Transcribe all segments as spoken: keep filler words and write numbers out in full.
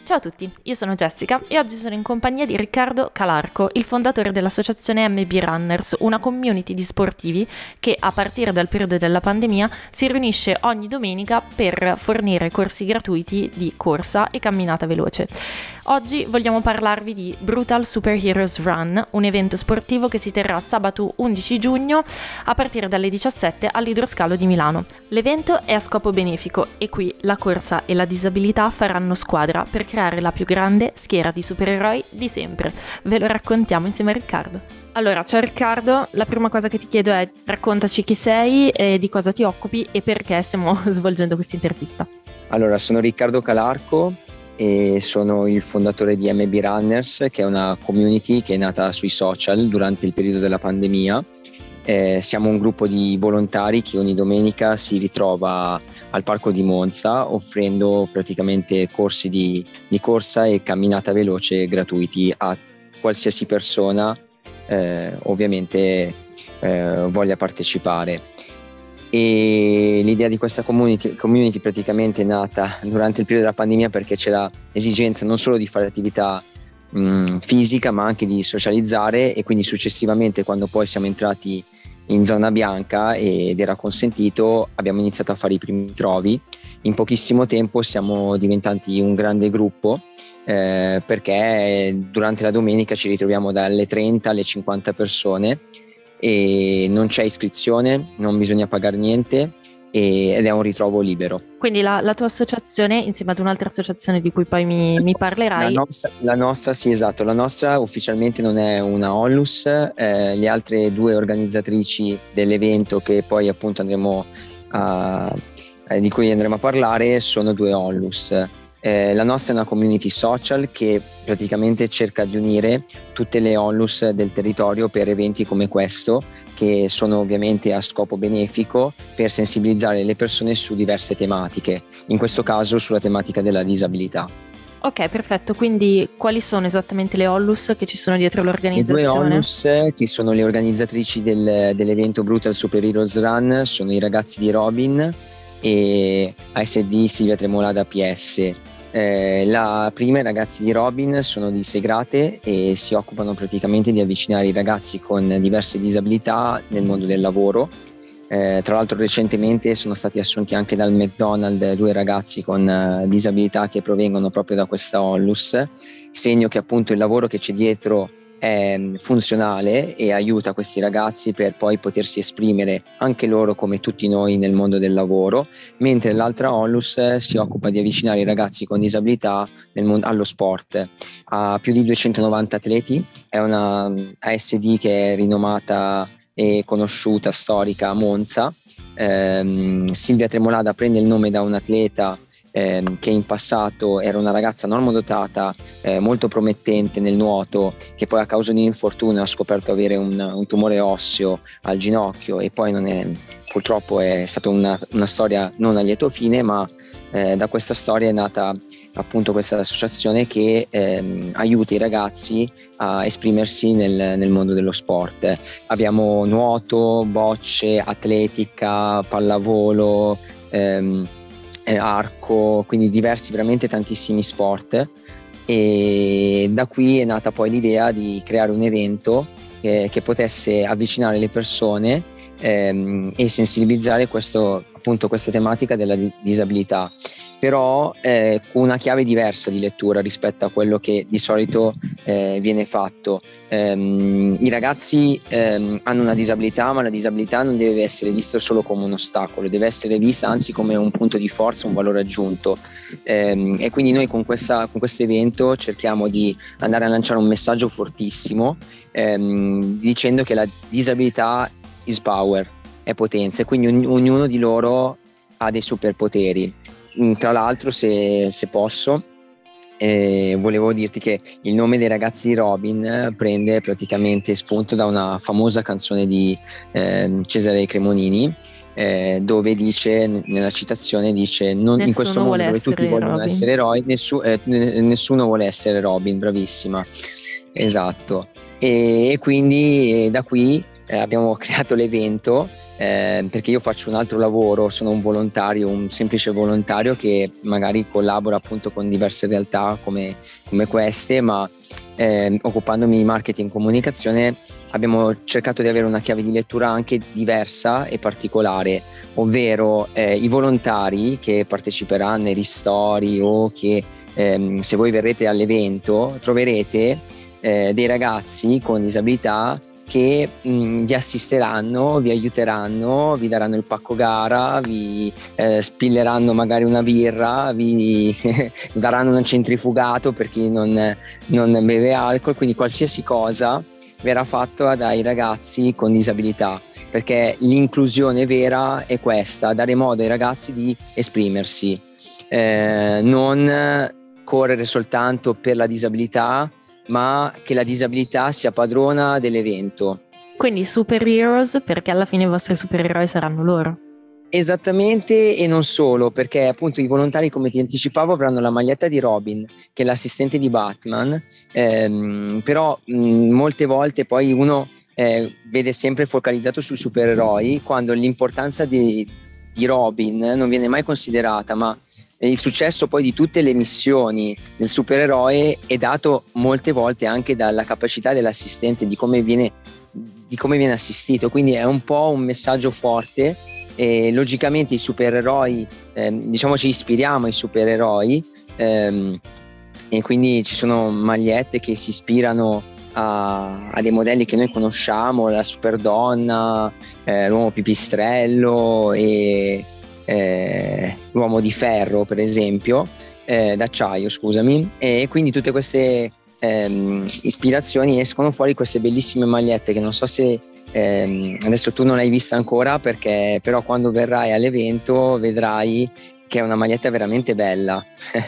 Ciao a tutti, io sono Jessica e oggi sono in compagnia di Riccardo Calarco, il fondatore dell'associazione M B Runners, una community di sportivi che a partire dal periodo della pandemia si riunisce ogni domenica per fornire corsi gratuiti di corsa e camminata veloce. Oggi vogliamo parlarvi di Brutal Superheroes Run, un evento sportivo che si terrà sabato undici giugno a partire dalle diciassette all'Idroscalo di Milano. L'evento è a scopo benefico e qui la corsa e la disabilità faranno squadra per creare la più grande schiera di supereroi di sempre. Ve lo raccontiamo insieme a Riccardo. Allora, ciao Riccardo, la prima cosa che ti chiedo è raccontaci chi sei, e di cosa ti occupi e perché stiamo svolgendo questa intervista. Allora, sono Riccardo Calarco e sono il fondatore di M B Runners, che è una community che è nata sui social durante il periodo della pandemia. Eh, siamo un gruppo di volontari che ogni domenica si ritrova al parco di Monza offrendo praticamente corsi di, di corsa e camminata veloce gratuiti a qualsiasi persona eh, ovviamente eh, voglia partecipare. E l'idea di questa community, community praticamente è nata durante il periodo della pandemia perché c'era esigenza non solo di fare attività mh, fisica ma anche di socializzare, e quindi successivamente, quando poi siamo entrati in zona bianca ed era consentito, abbiamo iniziato a fare i primi trovi. In pochissimo tempo siamo diventati un grande gruppo eh, perché durante la domenica ci ritroviamo dalle trenta alle cinquanta persone e non c'è iscrizione, non bisogna pagare niente e, ed è un ritrovo libero. Quindi la, la tua associazione, insieme ad un'altra associazione di cui poi mi, mi parlerai. La nostra, la nostra, sì, esatto, la nostra ufficialmente non è una Onlus, eh, le altre due organizzatrici dell'evento che poi appunto andremo a, eh, di cui andremo a parlare sono due Onlus. Eh, la nostra è una community social che praticamente cerca di unire tutte le onlus del territorio per eventi come questo, che sono ovviamente a scopo benefico per sensibilizzare le persone su diverse tematiche, in questo caso sulla tematica della disabilità. Ok, perfetto, quindi quali sono esattamente le Onlus che ci sono dietro l'organizzazione? Le due Onlus che sono le organizzatrici del, dell'evento Brutal Superheroes Run sono i ragazzi di Robin e A S D Silvia Tremolada P S. Eh, la prima, i ragazzi di Robin, sono di Segrate e si occupano praticamente di avvicinare i ragazzi con diverse disabilità nel mondo del lavoro. Eh, tra l'altro recentemente sono stati assunti anche dal McDonald's due ragazzi con uh, disabilità che provengono proprio da questa Onlus, segno che appunto il lavoro che c'è dietro è funzionale e aiuta questi ragazzi per poi potersi esprimere anche loro come tutti noi nel mondo del lavoro, mentre l'altra Onlus si occupa di avvicinare i ragazzi con disabilità nel mondo, allo sport. Ha più di duecentonovanta atleti, è una A S D che è rinomata e conosciuta, storica a Monza. Eh, Silvia Tremolada prende il nome da un atleta Eh, che in passato era una ragazza normodotata, eh, molto promettente nel nuoto, che poi a causa di un infortunio ha scoperto avere un, un tumore osseo al ginocchio e poi non è, purtroppo è stata una, una storia non a lieto fine, ma eh, da questa storia è nata appunto questa associazione che ehm, aiuta i ragazzi a esprimersi nel, nel mondo dello sport. Abbiamo nuoto, bocce, atletica, pallavolo, ehm, arco, quindi diversi, veramente tantissimi sport, e da qui è nata poi l'idea di creare un evento eh, che potesse avvicinare le persone ehm, e sensibilizzare questo, appunto questa tematica della di- disabilità, però eh, con una chiave diversa di lettura rispetto a quello che di solito eh, viene fatto. Ehm, i ragazzi ehm, hanno una disabilità, ma la disabilità non deve essere vista solo come un ostacolo, deve essere vista anzi come un punto di forza, un valore aggiunto, ehm, e quindi noi con, questa, con questo evento cerchiamo di andare a lanciare un messaggio fortissimo ehm, dicendo che la disabilità is power, è potenza, e quindi ogn- ognuno di loro ha dei superpoteri. Tra l'altro, se, se posso, eh, volevo dirti che il nome dei ragazzi di Robin prende praticamente spunto da una famosa canzone di eh, Cesare Cremonini, eh, dove dice, nella citazione dice non, in questo mondo dove tutti vogliono Robin. essere eroi, nessu, eh, nessuno vuole essere Robin. Bravissima, esatto. E, e quindi eh, da qui eh, abbiamo creato l'evento eh, perché io faccio un altro lavoro, sono un volontario, un semplice volontario che magari collabora appunto con diverse realtà come, come queste, ma eh, occupandomi di marketing e comunicazione abbiamo cercato di avere una chiave di lettura anche diversa e particolare, ovvero eh, i volontari che parteciperanno ai ristori o che ehm, se voi verrete all'evento troverete eh, dei ragazzi con disabilità che mh, vi assisteranno, vi aiuteranno, vi daranno il pacco gara, vi eh, spilleranno magari una birra, vi daranno un centrifugato per chi non, non beve alcol, quindi qualsiasi cosa verrà fatta dai ragazzi con disabilità, perché l'inclusione vera è questa: dare modo ai ragazzi di esprimersi, eh, non correre soltanto per la disabilità, ma che la disabilità sia padrona dell'evento. Quindi superheroes, perché alla fine i vostri supereroi saranno loro. Esattamente, e non solo, perché appunto i volontari, come ti anticipavo, avranno la maglietta di Robin, che è l'assistente di Batman, ehm, però mh, molte volte poi uno eh, vede sempre focalizzato sui supereroi, quando l'importanza di, di Robin non viene mai considerata, ma il successo poi di tutte le missioni del supereroe è dato molte volte anche dalla capacità dell'assistente, di come viene, di come viene assistito, quindi è un po' un messaggio forte. E logicamente i supereroi, ehm, diciamo ci ispiriamo ai supereroi, ehm, e quindi ci sono magliette che si ispirano a, a dei modelli che noi conosciamo, la Superdonna, eh, l'uomo pipistrello e eh, l'uomo di ferro, per esempio, eh, d'acciaio, scusami, e quindi tutte queste ehm, ispirazioni escono fuori, queste bellissime magliette che non so se Eh, adesso tu non l'hai vista ancora, perché però quando verrai all'evento vedrai che è una maglietta veramente bella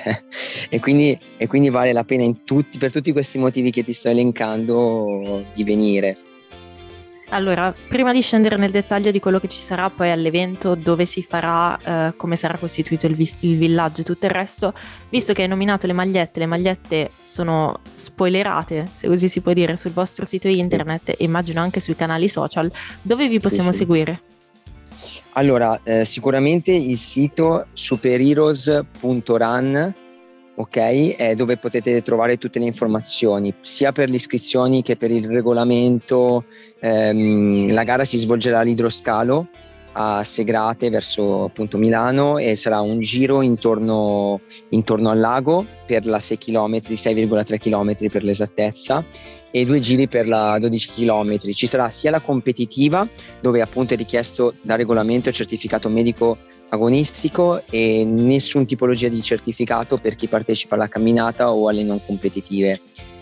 e, quindi, e quindi vale la pena in tutti, per tutti questi motivi che ti sto elencando, di venire. Allora, prima di scendere nel dettaglio di quello che ci sarà poi all'evento, dove si farà, eh, come sarà costituito il, vis- il villaggio e tutto il resto, visto che hai nominato le magliette, le magliette sono spoilerate, se così si può dire, sul vostro sito internet e immagino anche sui canali social, dove vi possiamo sì, sì. seguire? Allora, eh, sicuramente il sito superheroes punto run, ok, è dove potete trovare tutte le informazioni, sia per le iscrizioni che per il regolamento. Ehm, la gara si svolgerà all'idroscalo a Segrate verso appunto Milano, e sarà un giro intorno, intorno al lago per la sei chilometri, sei virgola tre chilometri per l'esattezza, e due giri per la dodici chilometri. Ci sarà sia la competitiva, dove appunto è richiesto da regolamento il certificato medico agonistico, e nessun tipologia di certificato per chi partecipa alla camminata o alle non competitive.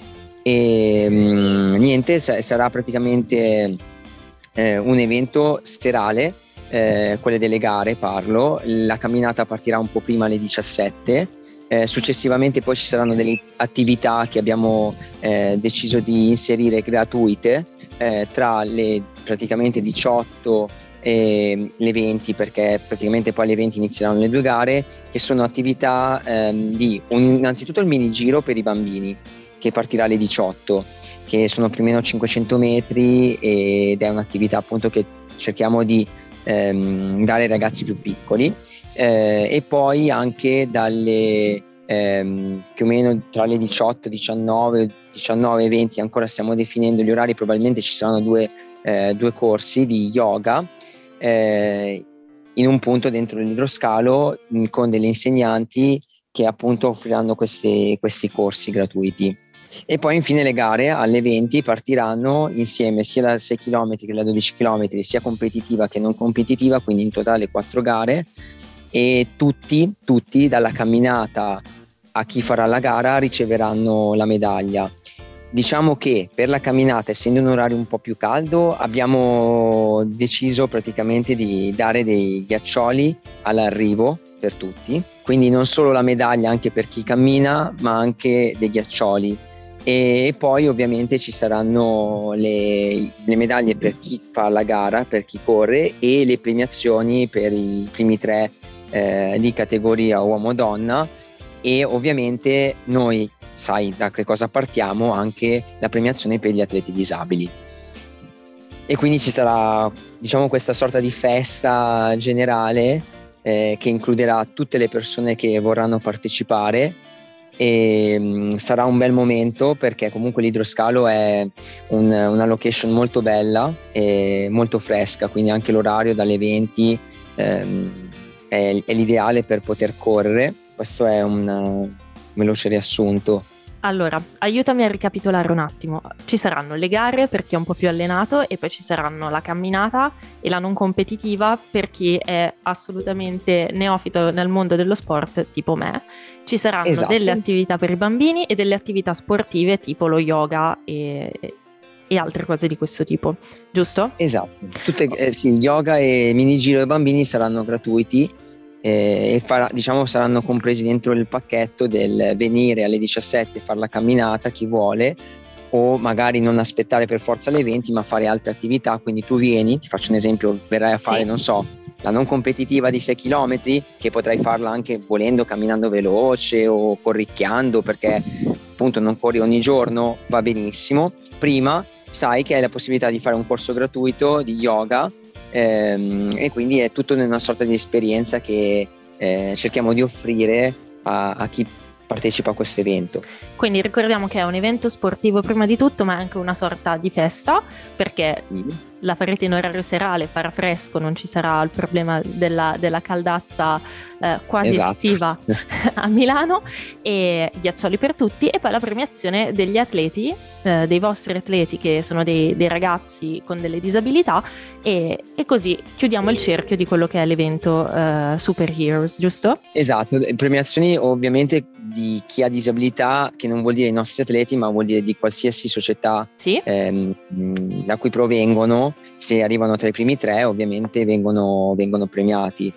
E mh, niente, sa- sarà praticamente eh, un evento serale, eh, quelle delle gare parlo. La camminata partirà un po' prima, alle diciassette. Eh, successivamente poi ci saranno delle attività che abbiamo eh, deciso di inserire gratuite eh, tra le praticamente diciotto e le venti, perché praticamente poi alle venti inizieranno le due gare, che sono attività ehm, di un, innanzitutto il mini giro per i bambini, che partirà alle diciotto, che sono più o meno cinquecento metri, ed è un'attività appunto che cerchiamo di ehm, dare ai ragazzi più piccoli, eh, e poi anche dalle ehm, più o meno tra le diciotto, diciannove, diciannove e venti, ancora stiamo definendo gli orari, probabilmente ci saranno due, eh, due corsi di yoga eh, in un punto dentro l'idroscalo, mh, con delle insegnanti che appunto offriranno questi, questi corsi gratuiti. E poi infine le gare alle venti partiranno insieme, sia la sei chilometri che la dodici chilometri, sia competitiva che non competitiva, quindi in totale quattro gare, e tutti, tutti dalla camminata a chi farà la gara riceveranno la medaglia. Diciamo che per la camminata, essendo un orario un po' più caldo, abbiamo deciso praticamente di dare dei ghiaccioli all'arrivo per tutti, quindi non solo la medaglia anche per chi cammina, ma anche dei ghiaccioli. E poi ovviamente ci saranno le, le medaglie per chi fa la gara, per chi corre, e le premiazioni per i primi tre eh, di categoria uomo-donna, e ovviamente noi, sai da che cosa partiamo, anche la premiazione per gli atleti disabili. e quindi ci sarà, diciamo, questa sorta di festa generale eh, che includerà tutte le persone che vorranno partecipare e mh, sarà un bel momento perché comunque l'idroscalo è un, una location molto bella e molto fresca, quindi anche l'orario dalle venti ehm, è, è l'ideale per poter correre. Questo è un uh, veloce riassunto. Allora, aiutami a ricapitolare un attimo. Ci saranno le gare per chi è un po' più allenato e poi ci saranno la camminata e la non competitiva per chi è assolutamente neofito nel mondo dello sport, tipo me. Ci saranno Esatto. delle attività per i bambini e delle attività sportive tipo lo yoga e, e altre cose di questo tipo, giusto? Esatto. Tutte, eh, sì, yoga e mini giro dei bambini saranno gratuiti e farà, diciamo, saranno compresi dentro il pacchetto del venire alle diciassette e fare la camminata chi vuole, o magari non aspettare per forza le venti ma fare altre attività. Quindi tu vieni, ti faccio un esempio, verrai a fare, sì, non so, la non competitiva di sei chilometri, che potrai farla anche volendo camminando veloce o corricchiando, perché appunto non corri ogni giorno, va benissimo. Prima sai che hai la possibilità di fare un corso gratuito di yoga, ehm, e quindi è tutto una sorta di esperienza che eh, cerchiamo di offrire a, a chi partecipa a questo evento. Quindi ricordiamo che è un evento sportivo prima di tutto, ma è anche una sorta di festa, perché sì, la farete in orario serale, farà fresco, non ci sarà il problema della, della caldazza eh, quasi esatto, estiva a Milano, e ghiaccioli per tutti, e poi la premiazione degli atleti, eh, dei vostri atleti che sono dei, dei ragazzi con delle disabilità, e, e così chiudiamo il cerchio di quello che è l'evento eh, Super Heroes, giusto? Esatto, premiazioni ovviamente di chi ha disabilità, che non vuol dire i nostri atleti, ma vuol dire di qualsiasi società, sì, ehm, da cui provengono. Se arrivano tra i primi tre ovviamente vengono, vengono premiati.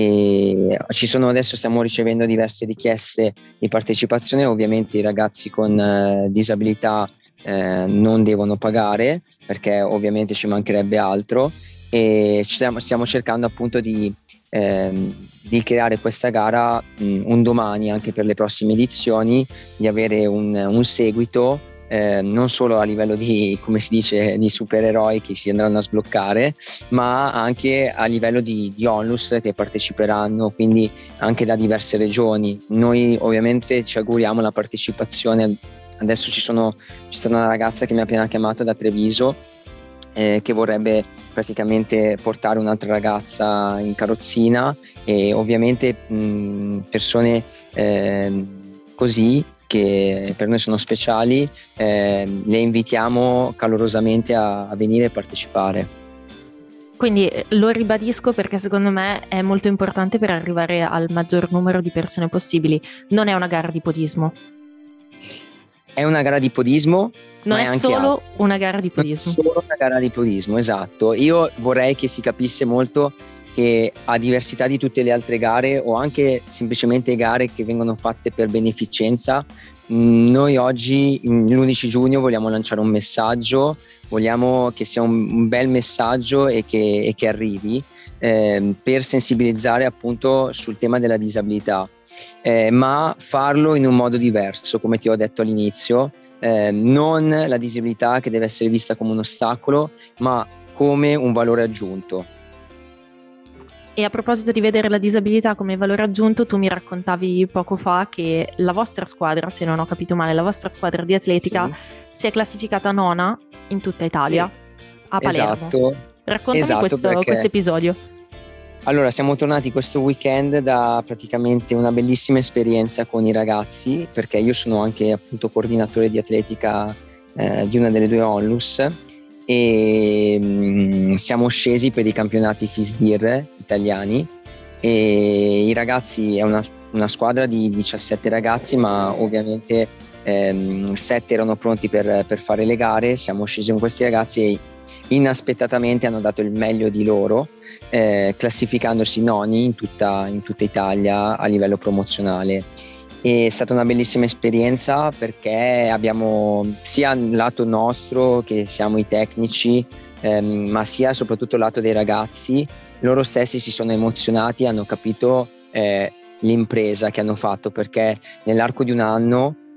E ci sono, adesso stiamo ricevendo diverse richieste di partecipazione. Ovviamente i ragazzi con eh, disabilità eh, non devono pagare, perché ovviamente ci mancherebbe altro, e stiamo, stiamo cercando appunto di Ehm, di creare questa gara mh, un domani anche per le prossime edizioni, di avere un, un seguito eh, non solo a livello di, come si dice, di supereroi che si andranno a sbloccare, ma anche a livello di, di onlus che parteciperanno, quindi anche da diverse regioni. Noi ovviamente ci auguriamo la partecipazione. Adesso ci sono c'è stata una ragazza che mi ha appena chiamato da Treviso, Eh, che vorrebbe praticamente portare un'altra ragazza in carrozzina, e ovviamente mh, persone eh, così, che per noi sono speciali, eh, le invitiamo calorosamente a, a venire e partecipare. Quindi lo ribadisco perché secondo me è molto importante per arrivare al maggior numero di persone possibili. Non è una gara di podismo. È una gara di podismo. Non è, è solo altro. una gara di podismo. Non è solo una gara di podismo, esatto. Io vorrei che si capisse molto che, a diversità di tutte le altre gare o anche semplicemente gare che vengono fatte per beneficenza, noi oggi, l'undici giugno, vogliamo lanciare un messaggio, vogliamo che sia un, un bel messaggio e che, e che arrivi eh, per sensibilizzare appunto sul tema della disabilità, eh, ma farlo in un modo diverso, come ti ho detto all'inizio. Eh, non la disabilità che deve essere vista come un ostacolo, ma come un valore aggiunto. E a proposito di vedere la disabilità come valore aggiunto, tu mi raccontavi poco fa che la vostra squadra, se non ho capito male, la vostra squadra di atletica sì. si è classificata nona in tutta Italia, sì. a Palermo. Esatto. Raccontami esatto, questo perché... episodio. Allora, siamo tornati questo weekend da praticamente una bellissima esperienza con i ragazzi, perché io sono anche appunto coordinatore di atletica eh, di una delle due onlus, e mh, siamo scesi per i campionati FISDIR italiani, e i ragazzi è una, una squadra di diciassette ragazzi, ma ovviamente ehm, sette erano pronti per, per fare le gare. Siamo scesi con questi ragazzi e inaspettatamente hanno dato il meglio di loro, eh, classificandosi noni in tutta, in tutta Italia a livello promozionale. È stata una bellissima esperienza, perché abbiamo sia il lato nostro, che siamo i tecnici, ehm, ma sia soprattutto il lato dei ragazzi. Loro stessi si sono emozionati, hanno capito eh, l'impresa che hanno fatto, perché nell'arco di un anno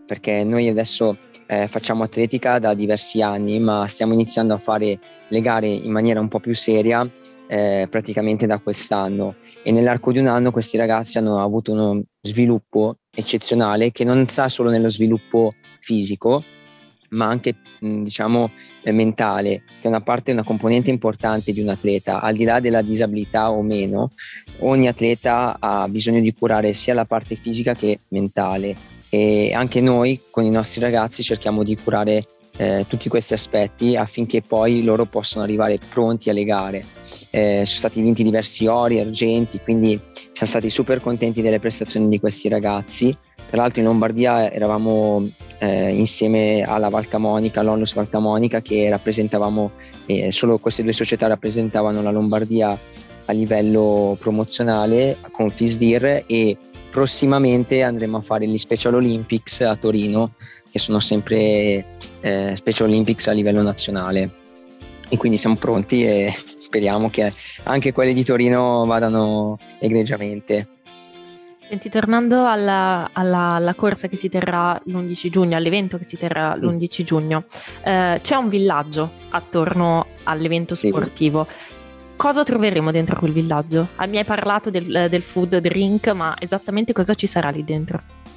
perché noi adesso eh, facciamo atletica da diversi anni, ma stiamo iniziando a fare le gare in maniera un po' più seria eh, praticamente da quest'anno, e nell'arco di un anno questi ragazzi hanno avuto uno sviluppo eccezionale, che non sta solo nello sviluppo fisico, ma anche mh, diciamo eh, mentale, che è una parte, una componente importante di un atleta. Al di là della disabilità o meno, ogni atleta ha bisogno di curare sia la parte fisica che mentale, e anche noi con i nostri ragazzi cerchiamo di curare eh, tutti questi aspetti affinché poi loro possano arrivare pronti alle gare. Eh, sono stati vinti diversi ori, argenti, quindi siamo stati super contenti delle prestazioni di questi ragazzi. Tra l'altro in Lombardia eravamo eh, insieme alla Valcamonica, all'Onlus Valcamonica, che rappresentavamo, eh, solo queste due società rappresentavano la Lombardia a livello promozionale con FISDIR, e prossimamente andremo a fare gli Special Olympics a Torino, che sono sempre eh, Special Olympics a livello nazionale, e quindi siamo pronti e speriamo che anche quelli di Torino vadano egregiamente. Senti, tornando alla, alla, alla corsa che si terrà l'undici giugno, all'evento che si terrà Sì. l'undici giugno, eh, c'è un villaggio attorno all'evento Sì. sportivo. Cosa troveremo dentro quel villaggio? Ah, mi hai parlato del, del food drink, ma esattamente cosa ci sarà lì dentro?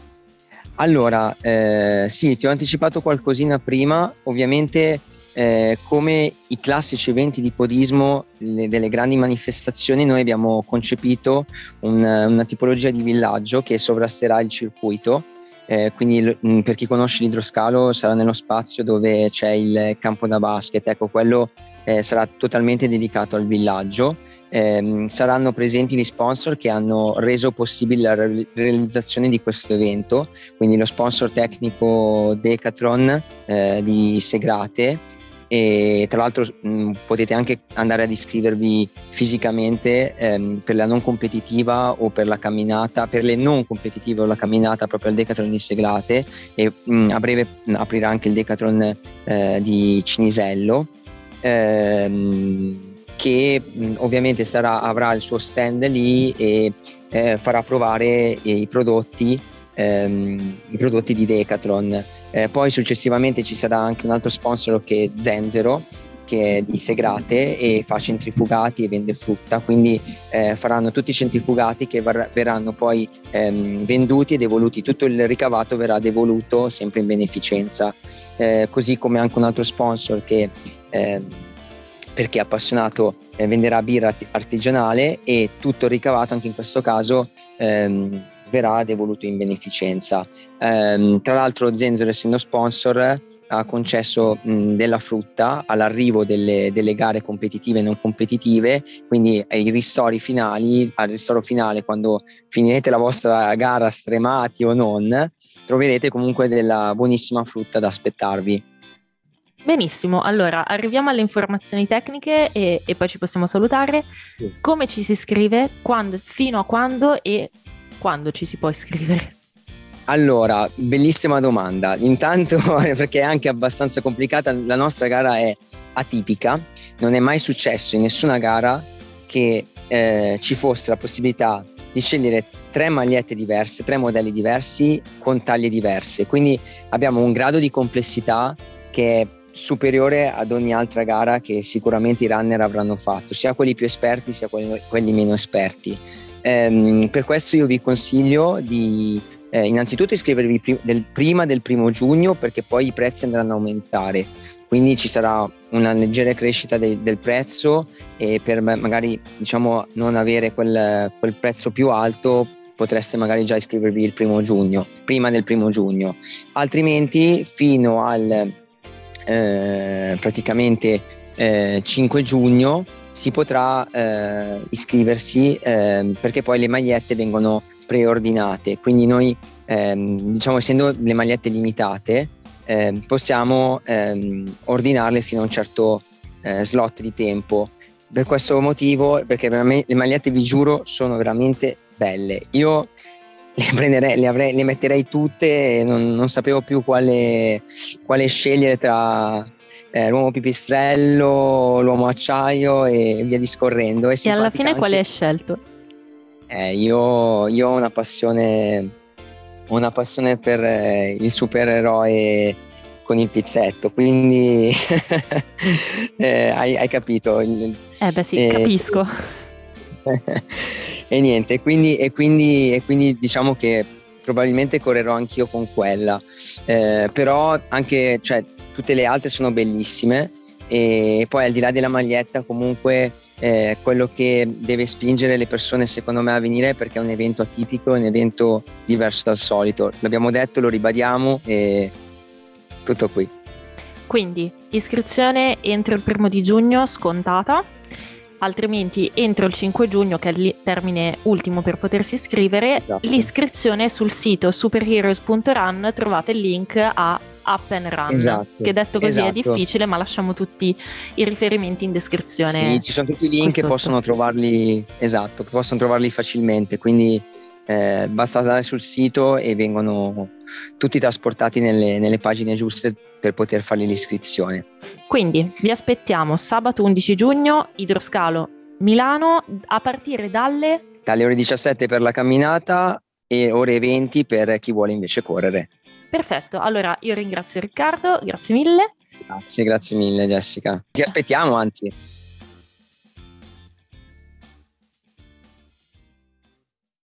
Allora, eh, sì, ti ho anticipato qualcosina prima. Ovviamente eh, come i classici eventi di podismo, le, delle grandi manifestazioni, noi abbiamo concepito un, una tipologia di villaggio che sovrasterà il circuito. Eh, quindi mh, per chi conosce l'idroscalo, sarà nello spazio dove c'è il campo da basket. Ecco, quello eh, sarà totalmente dedicato al villaggio. Eh, saranno presenti gli sponsor che hanno reso possibile la re- realizzazione di questo evento, quindi lo sponsor tecnico Decathlon eh, di Segrate, e tra l'altro mh, potete anche andare ad iscrivervi fisicamente ehm, per la non competitiva o per la camminata, per le non competitive o la camminata proprio al Decathlon di Segrate, e mh, a breve mh, aprirà anche il Decathlon eh, di Cinisello, ehm, che mh, ovviamente sarà, avrà il suo stand lì e eh, farà provare i prodotti ehm, i prodotti di Decathlon. Eh, poi successivamente ci sarà anche un altro sponsor che è Zenzero, che è di Segrate e fa centrifugati e vende frutta, quindi eh, faranno tutti i centrifugati che var- verranno poi ehm, venduti e devoluti, tutto il ricavato verrà devoluto sempre in beneficenza, eh, così come anche un altro sponsor che eh, perché è appassionato eh, venderà birra art- artigianale, e tutto il ricavato anche in questo caso ehm, verrà devoluto in beneficenza. Ehm, tra l'altro Zenzero, essendo sponsor, ha concesso mh, della frutta all'arrivo delle, delle gare competitive e non competitive, quindi ai ristori finali, al ristoro finale, quando finirete la vostra gara stremati o non, troverete comunque della buonissima frutta da aspettarvi. Benissimo, allora arriviamo alle informazioni tecniche e, e poi ci possiamo salutare. Sì. Come ci si iscrive? Quando, fino a quando e quando ci si può iscrivere? Allora, bellissima domanda. Intanto, perché è anche abbastanza complicata, la nostra gara è atipica. Non è mai successo in nessuna gara che eh, ci fosse la possibilità di scegliere tre magliette diverse, tre modelli diversi con taglie diverse. Quindi abbiamo un grado di complessità che è superiore ad ogni altra gara che sicuramente i runner avranno fatto, sia quelli più esperti sia quelli, quelli meno esperti. Ehm, per questo io vi consiglio di eh, innanzitutto iscrivervi pri- del, prima del primo giugno, perché poi i prezzi andranno a aumentare, quindi ci sarà una leggera crescita de- del prezzo, e per magari diciamo non avere quel, quel prezzo più alto potreste magari già iscrivervi il primo giugno, prima del primo giugno, altrimenti fino al eh, praticamente eh, cinque giugno si potrà eh, iscriversi, eh, perché poi le magliette vengono preordinate, quindi noi ehm, diciamo, essendo le magliette limitate, eh, possiamo ehm, ordinarle fino a un certo eh, slot di tempo. Per questo motivo, perché veramente le magliette, vi giuro, sono veramente belle. Io le prenderei, le, avrei, le metterei tutte e non, non sapevo più quale, quale scegliere tra eh, l'uomo pipistrello, l'uomo acciaio e via discorrendo. È E alla fine anche... quale hai scelto? Eh, io, io ho una passione ho una passione per eh, il supereroe con il pizzetto, quindi eh, hai, hai capito. Eh beh sì, eh, capisco. E niente, quindi, e, quindi, e quindi diciamo che probabilmente correrò anch'io con quella, eh, però anche, cioè, tutte le altre sono bellissime, e poi al di là della maglietta comunque eh, quello che deve spingere le persone secondo me a venire, perché è un evento atipico, è un evento diverso dal solito, l'abbiamo detto, lo ribadiamo e tutto qui. Quindi iscrizione entro il primo di giugno scontata, altrimenti entro il cinque giugno, che è il termine ultimo per potersi iscrivere. Esatto. L'iscrizione sul sito superheroes punto run, trovate il link a Up and Run, esatto, che detto così esatto. è difficile, ma lasciamo tutti i riferimenti in descrizione. Sì, ci sono tutti i link e possono trovarli, esatto, possono trovarli facilmente, quindi eh, basta andare sul sito e vengono tutti trasportati nelle, nelle pagine giuste per poter fargli l'iscrizione. Quindi vi aspettiamo sabato undici giugno, Idroscalo Milano, a partire dalle dalle ore diciassette per la camminata e ore venti per chi vuole invece correre. Perfetto, allora io ringrazio Riccardo, grazie mille. Grazie, grazie mille Jessica. Ti aspettiamo anzi.